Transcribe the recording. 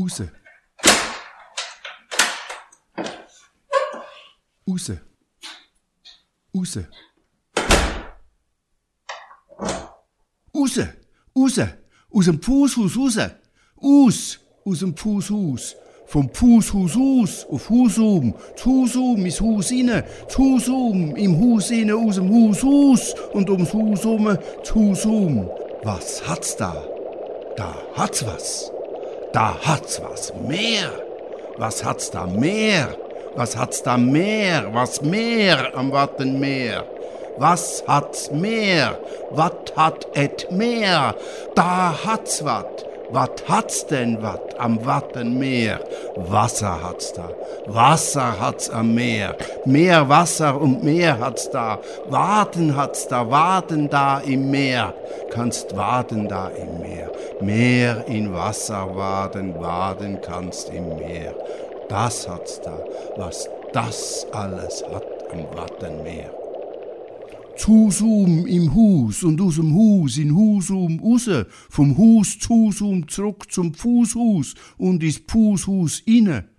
Use. Use. Use. Use. Use. Aus dem Fußhaus raus. Aus dem Fußhaus. Vom Fußhaus aus auf Haus zu Haus ins Haus rein, zu Haus im Haus rein, aus dem Haus raus und ums Haus zu Haus Was hat's da? Da hat's was. Da hat's was. Mehr. Was hat's da mehr? Was hat's da mehr? Was mehr am Wattenmeer? Was hat's mehr? Wat hat et mehr? Da hat's wat. Wat hat's denn wat am Wattenmeer? Wasser hat's da. Wasser hat's am Meer. Meer Wasser und Meer hat's da. Waden hat's da. Waden da im Meer. Kannst waden da im Meer. Meer in Wasser waden. Waden kannst im Meer. Das hat's da. Was das alles hat am Wattenmeer. Zusum im Haus und aus dem Haus in Hausum raus, vom Haus zusum zurück zum Fußhaus und ins Fußhaus inne.